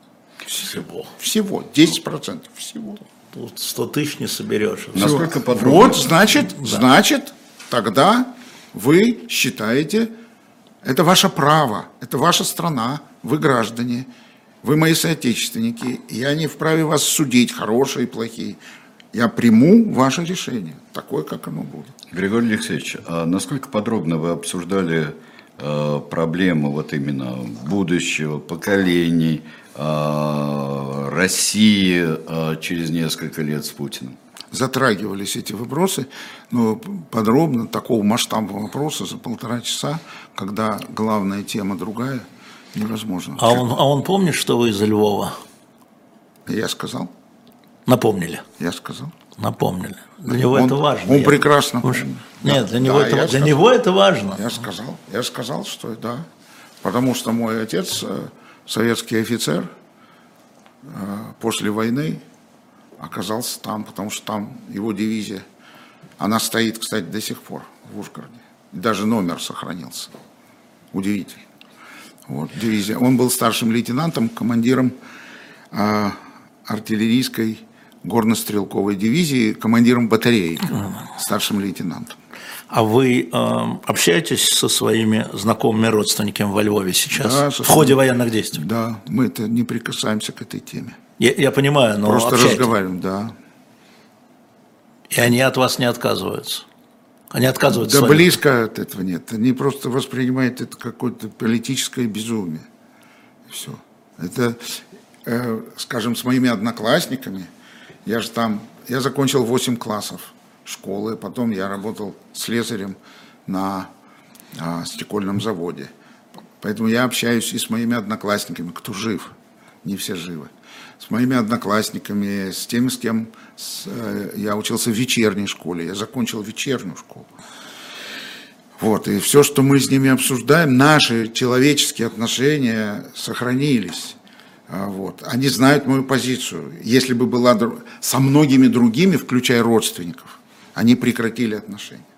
Всего. 10% всего. Тут 100 тысяч не соберешь. Насколько подробно? Вот, значит, тогда вы считаете... Это ваше право, это ваша страна, вы граждане, вы мои соотечественники. Я не вправе вас судить, хорошие и плохие. Я приму ваше решение, такое, как оно будет. Григорий Алексеевич, а насколько подробно вы обсуждали проблему вот именно будущего, поколений, России через несколько лет с Путиным? Затрагивались эти вопросы, но подробно, такого масштабного вопроса за 1,5 часа, когда главная тема другая, невозможно. А он помнит, что вы из Львова? Я сказал. Напомнили? Я сказал. Напомнили. Для него это важно. Он прекрасно помнит. Нет, для него это важно. Я сказал, что да. Потому что мой отец, советский офицер, после войны оказался там, потому что там его дивизия, она стоит, кстати, до сих пор в Ужгороде. Даже номер сохранился. Удивительно. Вот, дивизия. Он был старшим лейтенантом, командиром артиллерийской горно-стрелковой дивизии, командиром батареи, старшим лейтенантом. А вы общаетесь со своими знакомыми родственниками во Львове сейчас? Да, в ходе военных действий? Да, мы-то не прикасаемся к этой теме. Я понимаю, но просто общаетесь. Разговариваем, да. И они от вас не отказываются? Они отказываются? Да близко от этого нет. Они просто воспринимают это какое-то политическое безумие. И все. Это, скажем, с моими одноклассниками, я закончил 8 классов школы, потом я работал слесарем на стекольном заводе. Поэтому я общаюсь и с моими одноклассниками, кто жив, не все живы. С моими одноклассниками, с теми, с кем я учился в вечерней школе, я закончил вечернюю школу. Вот, и все, что мы с ними обсуждаем, наши человеческие отношения сохранились. Вот. Они знают мою позицию. Если бы была со многими другими, включая родственников, они прекратили отношения.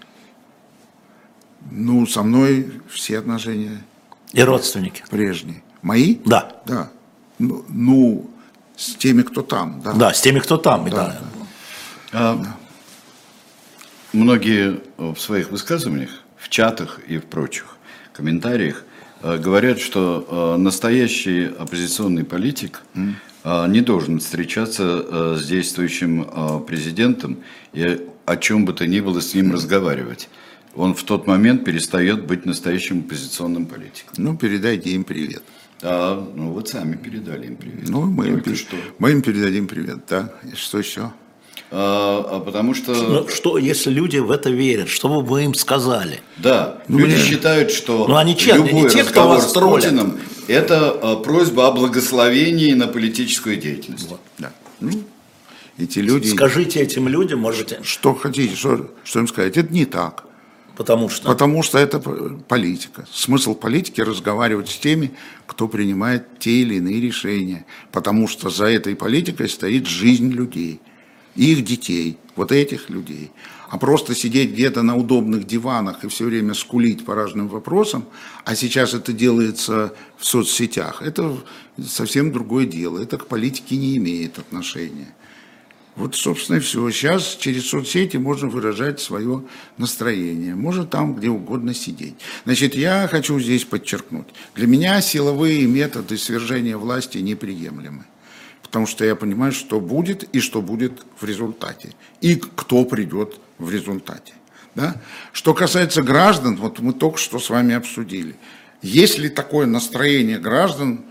Ну, со мной все отношения. И родственники? Прежние. Мои? Да. Да. Ну, с теми, кто там. Да, да, с теми, кто там. Да. Да. Многие в своих высказываниях, в чатах и в прочих комментариях говорят, что настоящий оппозиционный политик не должен встречаться с действующим президентом и о чем бы то ни было с ним разговаривать. Он в тот момент перестает быть настоящим оппозиционным политиком. Ну, передайте им привет. Ну вот сами передали им привет. Ну, мы им передадим привет, да. И что еще? Потому что... Ну, что, если люди в это верят, что бы вы им сказали? Да, люди считают, что они честные, любой не те, кто разговор вас с Путиным – это просьба о благословении на политическую деятельность. Вот, да. Ну, Эти люди... Скажите этим людям, можете... Что хотите, что им сказать? Это не так. Потому что? Потому что это политика. Смысл политики – разговаривать с теми, кто принимает те или иные решения. Потому что за этой политикой стоит жизнь людей, их детей, вот этих людей. А просто сидеть где-то на удобных диванах и все время скулить по разным вопросам, а сейчас это делается в соцсетях, это совсем другое дело. Это к политике не имеет отношения. Вот, собственно, и все. Сейчас через соцсети можно выражать свое настроение. Можно там где угодно сидеть. Значит, я хочу здесь подчеркнуть. Для меня силовые методы свержения власти неприемлемы. Потому что я понимаю, что будет и что будет в результате. И кто придет в результате. Да? Что касается граждан, вот мы только что с вами обсудили. Есть ли такое настроение граждан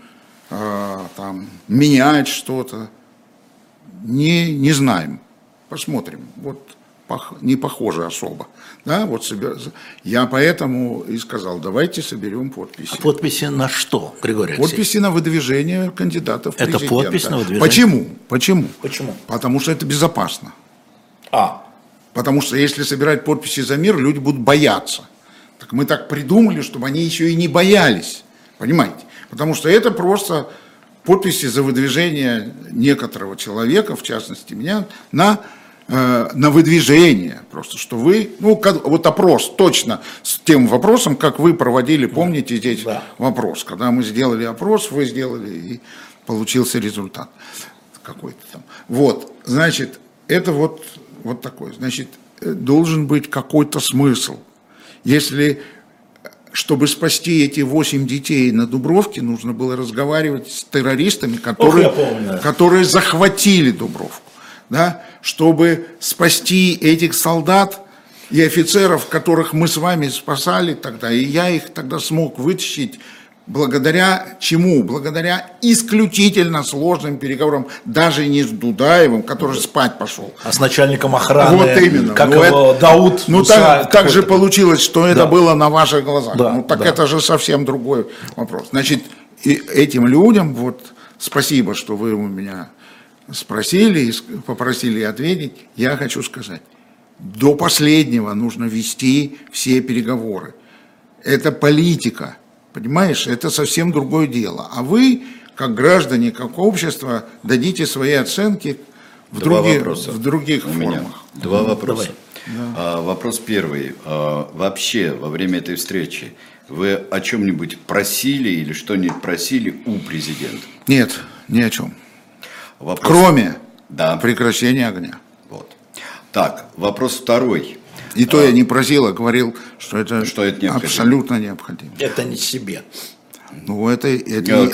менять что-то? Не знаем. Посмотрим. Вот не похоже особо. Да, вот я поэтому и сказал, давайте соберем подписи. А подписи на что, Григорий Алексеевич? Подписи на выдвижение кандидатов в президента. Это подпись на выдвижение? Почему? Почему? Потому что это безопасно. Потому что если собирать подписи за мир, люди будут бояться. Так мы так придумали, чтобы они еще и не боялись. Понимаете? Потому что это просто подписи за выдвижение некоторого человека, в частности меня, на выдвижение. Просто что вы, вот опрос точно с тем вопросом, как вы проводили, помните здесь вопрос. Когда мы сделали опрос, вы сделали, и получился результат какой-то там. Вот, значит, это вот такой. Значит, должен быть какой-то смысл. Если... Чтобы спасти эти 8 детей на Дубровке, нужно было разговаривать с террористами, которые захватили Дубровку. Да? Чтобы спасти этих солдат и офицеров, которых мы с вами спасали тогда, и я их тогда смог вытащить, благодаря чему? Благодаря исключительно сложным переговорам, даже не с Дудаевым, который спать пошел. А с начальником охраны, вот именно. как Дауд. Так же получилось, что это было на ваших глазах. Это же совсем другой вопрос. Значит, и этим людям, вот спасибо, что вы у меня спросили и попросили ответить, я хочу сказать, до последнего нужно вести все переговоры. Это политика. Понимаешь, это совсем другое дело. А вы, как граждане, как общество, дадите свои оценки в других формах. Два вопроса. Да. Вопрос первый. Вообще, во время этой встречи, вы о чем-нибудь просили или что-нибудь просили у президента? Нет, ни о чем. Кроме прекращения огня. Вот. Так, вопрос второй. И то я не просил, а говорил, что это абсолютно необходимо. Это не себе. Ну, это и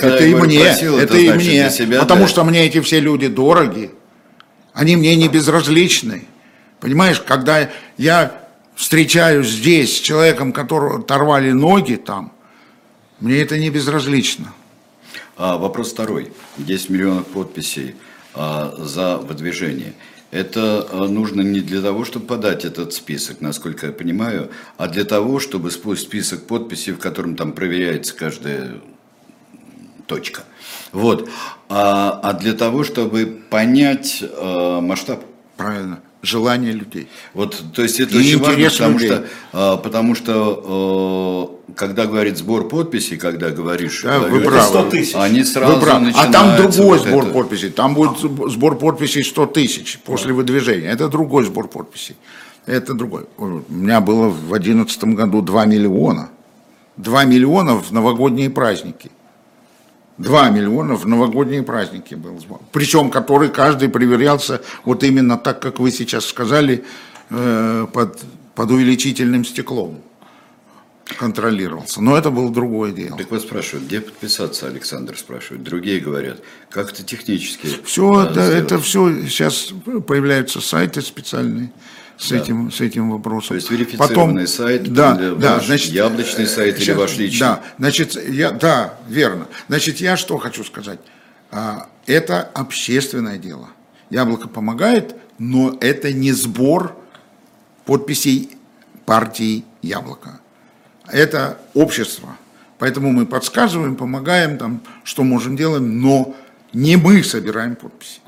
мне. Себя, потому что мне эти все люди дороги. Они мне не безразличны. Понимаешь, когда я встречаюсь здесь с человеком, которого оторвали ноги там, мне это не безразлично. Вопрос второй. 10 миллионов подписей за выдвижение. Это нужно не для того, чтобы подать этот список, насколько я понимаю, а для того, чтобы список подписей, в котором там проверяется каждая точка. Вот. А для того, чтобы понять масштаб. Правильно. Желание людей. Вот, то есть это очень важно, потому что когда говорит сбор подписей, когда говоришь, вы правы. 100 тысяч. Они сразу начинают. А там другой сбор подписей. Там будет сбор подписей 100 тысяч после выдвижения. Это другой сбор подписей. Это другой. У меня было в 2011 году 2 миллиона. 2 миллиона в новогодние праздники. 2 миллиона в новогодние праздники был сбор. Причем, который каждый проверялся вот именно так, как вы сейчас сказали, под увеличительным стеклом контролировался. Но это было другое дело. Так вот спрашивают, где подписаться, Александр спрашивает. Другие говорят, как это технически. Все это все, сейчас появляются сайты специальные. С этим вопросом. То есть верифицированный сайт, значит, яблочный сайт или ваш личный? Да, значит, верно. Значит, я что хочу сказать. Это общественное дело. Яблоко помогает, но это не сбор подписей партии Яблоко. Это общество. Поэтому мы подсказываем, помогаем, там, что можем делать, но не мы собираем подписи.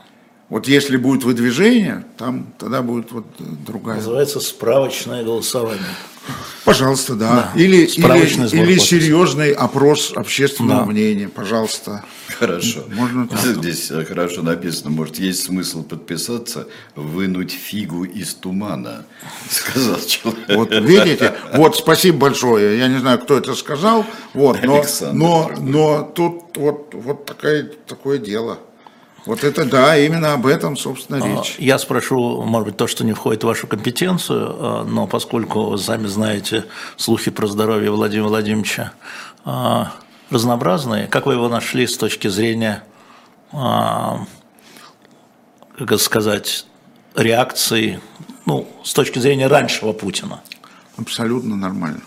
Вот если будет выдвижение, там тогда будет вот другая. Называется справочное голосование. Пожалуйста, да. Да. Или подписей. серьезный опрос общественного мнения, пожалуйста. Хорошо. Можно так. Здесь хорошо написано, может, есть смысл подписаться, вынуть фигу из тумана, сказал человек. Вот видите, вот спасибо большое. Я не знаю, кто это сказал, вот, но тут вот такое дело. Вот это да, именно об этом, собственно, речь. Я спрошу, может быть, то, что не входит в вашу компетенцию, но поскольку вы сами знаете слухи про здоровье Владимира Владимировича разнообразные, как вы его нашли с точки зрения, как это сказать, реакции, ну, с точки зрения раньшего Путина? Абсолютно нормально.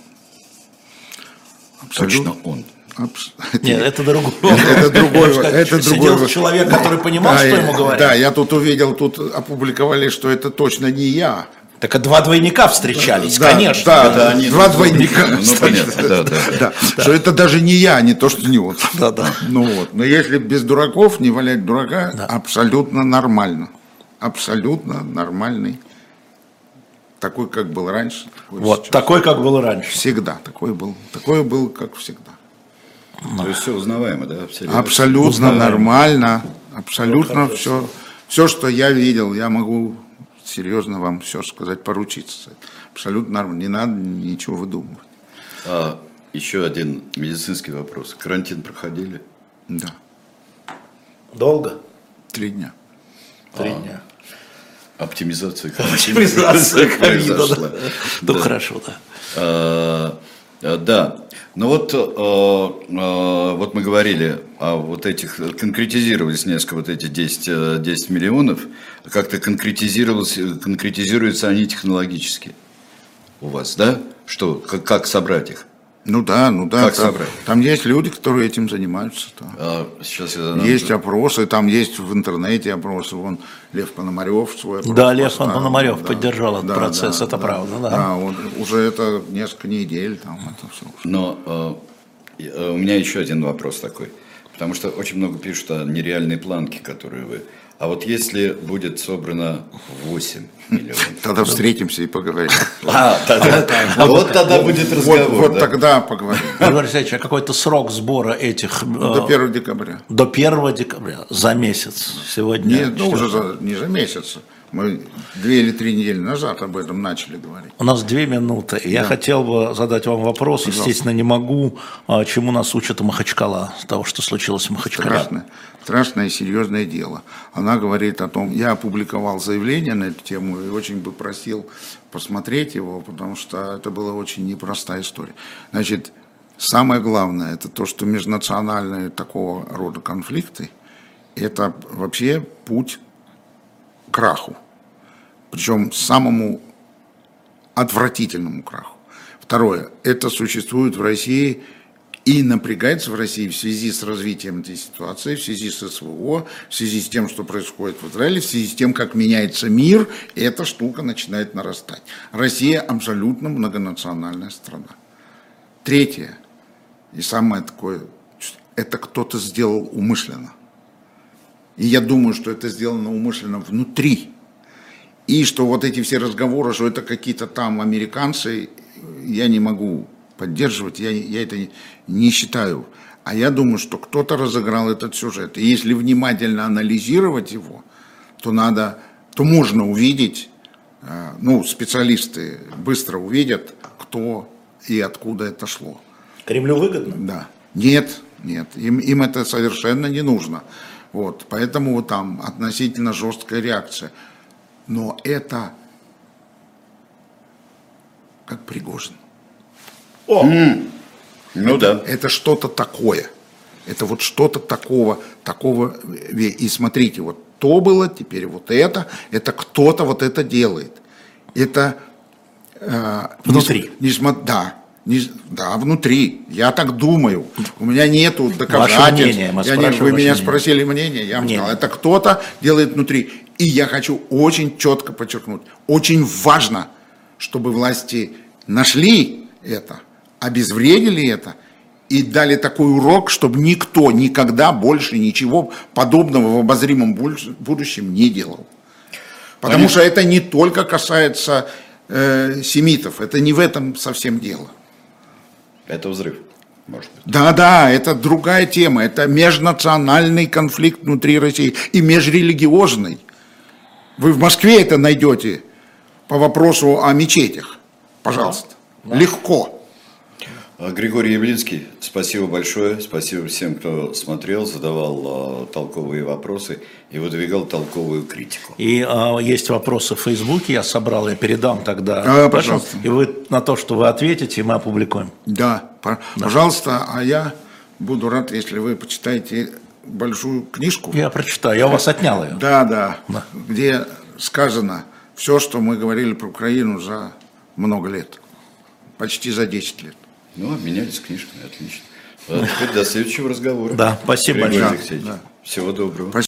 Точно он. Нет, это другой. Это Сидел другой человек, который понимал, что ему говорят. Да, я тут увидел, тут опубликовали, что это точно не я. Так а два двойника встречались, Да, конечно. Да, два двойника. Ну, понятно, да. Что это даже не я, не то, что не он. Да. Ну вот, но если без дураков, не валять дурака, абсолютно нормально. Абсолютно нормальный. Такой, как был раньше. Вот, такой, как был раньше. Всегда такой был. Такой был, как всегда. То есть все узнаваемо, да? Абсолютно нормально. Абсолютно все, что я видел, я могу серьезно вам все сказать, поручиться. Абсолютно нормально. Не надо ничего выдумывать. Еще один медицинский вопрос. Карантин проходили? Да. Долго? 3 дня. 3 дня. Оптимизация ковида. Ну хорошо, да. Да, ну вот мы говорили о вот этих, конкретизировались несколько вот эти 10 миллионов, как-то конкретизируются они технологически у вас, да? Что, как собрать их? Ну да. Как собрать? Там есть люди, которые этим занимаются. Сейчас есть опросы, там есть в интернете опросы. Вон Лев Пономарев свой опрос. Да, Лев Пономарев поддержал этот процесс, это правда. Да, вот уже это несколько недель там это все. Но у меня еще один вопрос такой. Потому что очень много пишут о нереальной планке, которую вы... А вот если будет собрано 8 миллионов? Тогда встретимся и поговорим. Вот тогда будет разговор. Вот тогда поговорим. Григорий Алексеевич, а какой-то срок сбора этих? До 1 декабря. До 1 декабря, за месяц. Сегодня. Нет, уже не за месяц. Мы 2 или 3 недели назад об этом начали говорить. У нас 2 минуты. Я хотел бы задать вам вопрос. Пожалуйста. Естественно, не могу. Чему нас учат Махачкала, того, что случилось в Махачкале? Страшное и серьезное дело. Она говорит о том, я опубликовал заявление на эту тему и очень бы просил посмотреть его, потому что это была очень непростая история. Значит, самое главное, это то, что межнациональные такого рода конфликты, это вообще путь к краху. Причем самому отвратительному краху. Второе, это существует в России и напрягается в России в связи с развитием этой ситуации, в связи с СВО, в связи с тем, что происходит в Израиле, в связи с тем, как меняется мир, и эта штука начинает нарастать. Россия абсолютно многонациональная страна. Третье, и самое такое, это кто-то сделал умышленно. И я думаю, что это сделано умышленно внутри. И что вот эти все разговоры, что это какие-то там американцы, я не могу поддерживать, я это не считаю. А я думаю, что кто-то разыграл этот сюжет. И если внимательно анализировать его, то можно увидеть, специалисты быстро увидят, кто и откуда это шло. Кремлю выгодно? Да. Нет, им это совершенно не нужно. Вот, поэтому там относительно жесткая реакция. Но это как Пригожин. Это что-то такое. Это вот что-то такого. И смотрите, вот то было, теперь вот это кто-то вот это делает. Это внутри. Да, внутри. Я так думаю. У меня нету доказательств. Вы меня спросили мнение, я вам сказал, это кто-то делает внутри. И я хочу очень четко подчеркнуть, очень важно, чтобы власти нашли это, обезвредили это и дали такой урок, чтобы никто никогда больше ничего подобного в обозримом будущем не делал. Потому что это не только касается семитов, это не в этом совсем дело. Это взрыв, может быть. Да, это другая тема, это межнациональный конфликт внутри России и межрелигиозный. Вы в Москве это найдете по вопросу о мечетях, пожалуйста, легко. Григорий Явлинский, спасибо большое, спасибо всем, кто смотрел, задавал толковые вопросы и выдвигал толковую критику. И есть вопросы в Фейсбуке, я собрал, я передам тогда. Пожалуйста. И вы на то, что вы ответите, мы опубликуем. Да, пожалуйста, а я буду рад, если вы почитаете большую книжку. Я прочитаю, я у вас отнял ее. Да, где сказано все, что мы говорили про Украину за много лет, почти за 10 лет. Ну, обменялись книжками, отлично. Теперь до следующего разговора. Да, спасибо большое. Всего доброго.